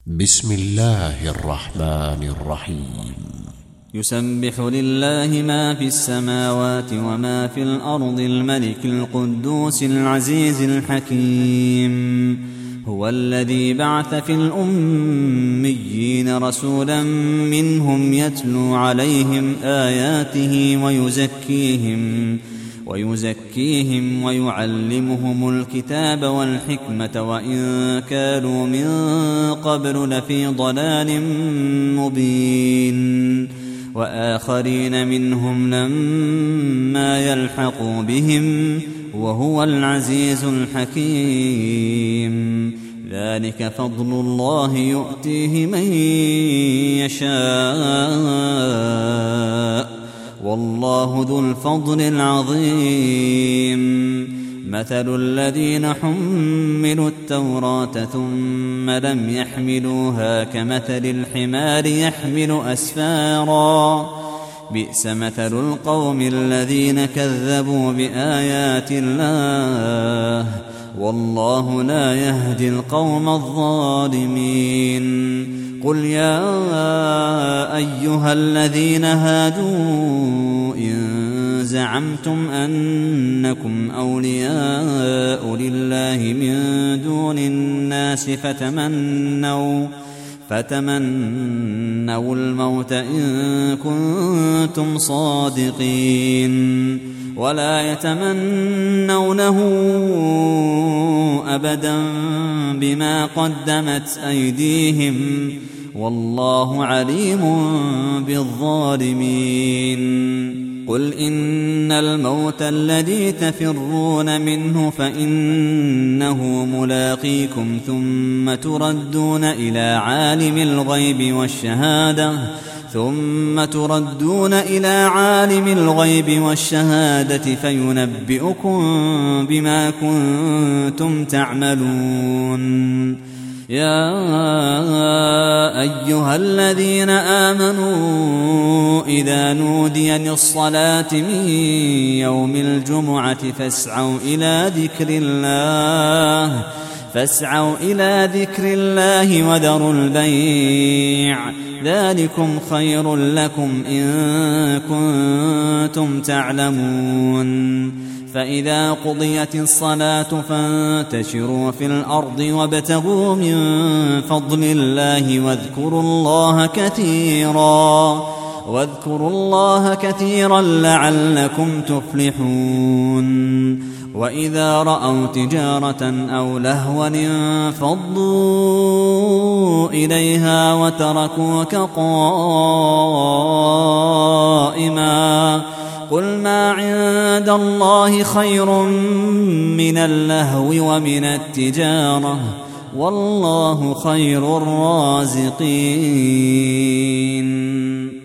بسم الله الرحمن الرحيم. يسبح لله ما في السماوات وما في الأرض الملك القدوس العزيز الحكيم. هو الذي بعث في الأميين رسولا منهم يتلو عليهم آياته ويزكيهم ويعلمهم الكتاب والحكمة وإن كانوا من قبل لفي ضلال مبين، وآخرين منهم لما يلحقوا بهم وهو العزيز الحكيم. ذلك فضل الله يؤتيه من يشاء والله ذو الفضل العظيم. مثل الذين حملوا التوراة ثم لم يحملوها كمثل الحمار يحمل أسفارا، بئس مثل القوم الذين كذبوا بآيات الله والله لا يهدي القوم الظالمين. قل يا أيها الذين هادوا إن زعمتم أنكم أولياء لله من دون الناس فتمنوا الموت إن كنتم صادقين ولا يتمنونه أبدا بما قدمت أيديهم والله عليم بالظالمين. قل إن الموت الذي تفرون منه فإنه ملاقيكم ثم تردون إلى عالم الغيب والشهادة فينبئكم بما كنتم تعملون. يا أيها الذين آمنوا إذا نودي للصلاة من يوم الجمعة فاسعوا إلى ذكر الله وذروا البيع، ذلكم خير لكم إن كنتم تعلمون. فإذا قضيت الصلاة فانتشروا في الأرض وابتغوا من فضل الله واذكروا الله كثيرا لعلكم تفلحون. وإذا رأوا تجارة أو لهوا انفضوا إليها وتركوك قائما. قل ما عند الله خير من اللهو ومن التجارة والله خير الرازقين.